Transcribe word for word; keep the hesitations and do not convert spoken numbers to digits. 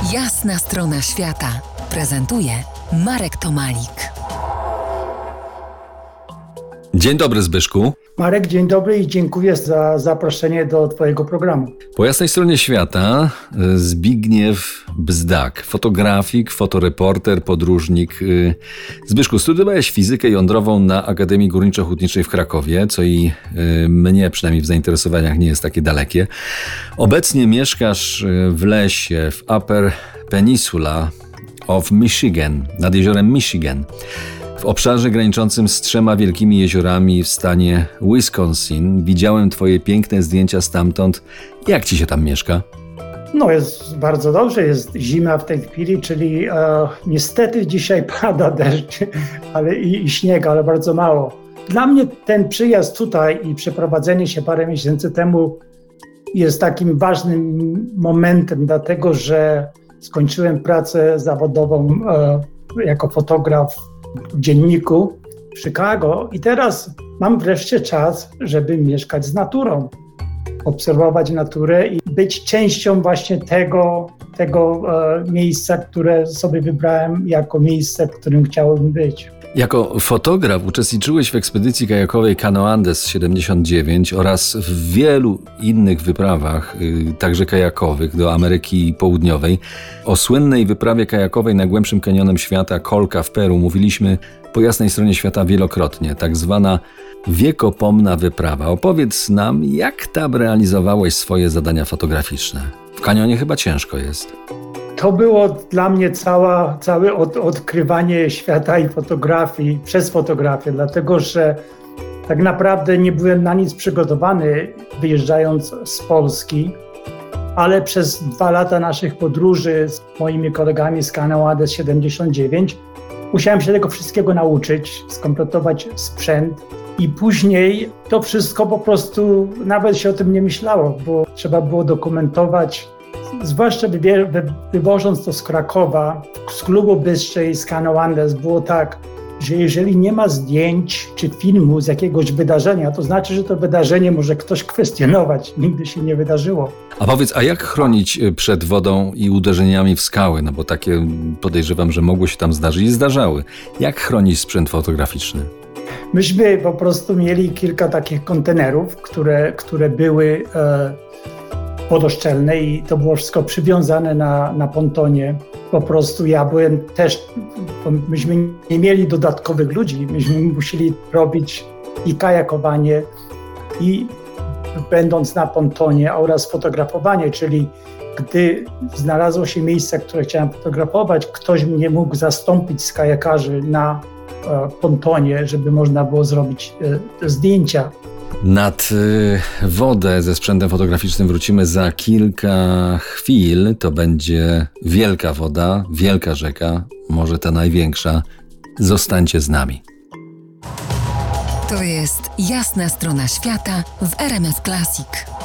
Jasna strona świata prezentuje Marek Tomalik. Dzień dobry, Zbyszku. Marek, dzień dobry i dziękuję za zaproszenie do Twojego programu. Po jasnej stronie świata Zbigniew Bzdak, fotografik, fotoreporter, podróżnik. Zbyszku, studiowałeś fizykę jądrową na Akademii Górniczo-Hutniczej w Krakowie, co i mnie przynajmniej w zainteresowaniach nie jest takie dalekie. Obecnie mieszkasz w lesie w Upper Peninsula of Michigan, nad jeziorem Michigan, w obszarze graniczącym z trzema wielkimi jeziorami w stanie Wisconsin. Widziałem twoje piękne zdjęcia stamtąd. Jak ci się tam mieszka? No jest bardzo dobrze, jest zima w tej chwili, czyli e, niestety dzisiaj pada deszcz ale, i, i śnieg, ale bardzo mało. Dla mnie ten przyjazd tutaj i przeprowadzenie się parę miesięcy temu jest takim ważnym momentem, dlatego że skończyłem pracę zawodową e, jako fotograf w dzienniku w Chicago i teraz mam wreszcie czas, żeby mieszkać z naturą, obserwować naturę i być częścią właśnie tego, tego e, miejsca, które sobie wybrałem jako miejsce, w którym chciałbym być. Jako fotograf uczestniczyłeś w ekspedycji kajakowej Canoa Andes siedemdziesiąt dziewięć oraz w wielu innych wyprawach, yy, także kajakowych, do Ameryki Południowej. O słynnej wyprawie kajakowej najgłębszym kanionem świata, Colca w Peru, mówiliśmy po jasnej stronie świata wielokrotnie, tak zwana wiekopomna wyprawa. Opowiedz nam, jak tam realizowałeś swoje zadania fotograficzne. W kanionie chyba ciężko jest. To było dla mnie cała, całe od, odkrywanie świata i fotografii przez fotografię, dlatego że tak naprawdę nie byłem na nic przygotowany wyjeżdżając z Polski, ale przez dwa lata naszych podróży z moimi kolegami z Canoa Andes siedemdziesiąt dziewięć musiałem się tego wszystkiego nauczyć, skompletować sprzęt i później to wszystko po prostu nawet się o tym nie myślało, bo trzeba było dokumentować. Zwłaszcza wywożąc to z Krakowa, z klubu Bystrzej, z Canoa Andes, było tak, że jeżeli nie ma zdjęć czy filmu z jakiegoś wydarzenia, to znaczy, że to wydarzenie może ktoś kwestionować. Nigdy się nie wydarzyło. A powiedz, a jak chronić przed wodą i uderzeniami w skały? No bo takie podejrzewam, że mogło się tam zdarzyć i zdarzały. Jak chronić sprzęt fotograficzny? Myśmy po prostu mieli kilka takich kontenerów, które, które były e, wodoszczelne i to było wszystko przywiązane na, na pontonie. Po prostu ja byłem też, myśmy nie mieli dodatkowych ludzi, myśmy musieli robić i kajakowanie, i będąc na pontonie oraz fotografowanie, czyli gdy znalazło się miejsce, które chciałem fotografować, ktoś mnie mógł zastąpić z kajakarzy na e, pontonie, żeby można było zrobić e, zdjęcia. Nad wodę ze sprzętem fotograficznym wrócimy za kilka chwil. To będzie wielka woda, wielka rzeka, może ta największa. Zostańcie z nami. To jest Jasna strona świata w R M F Classic.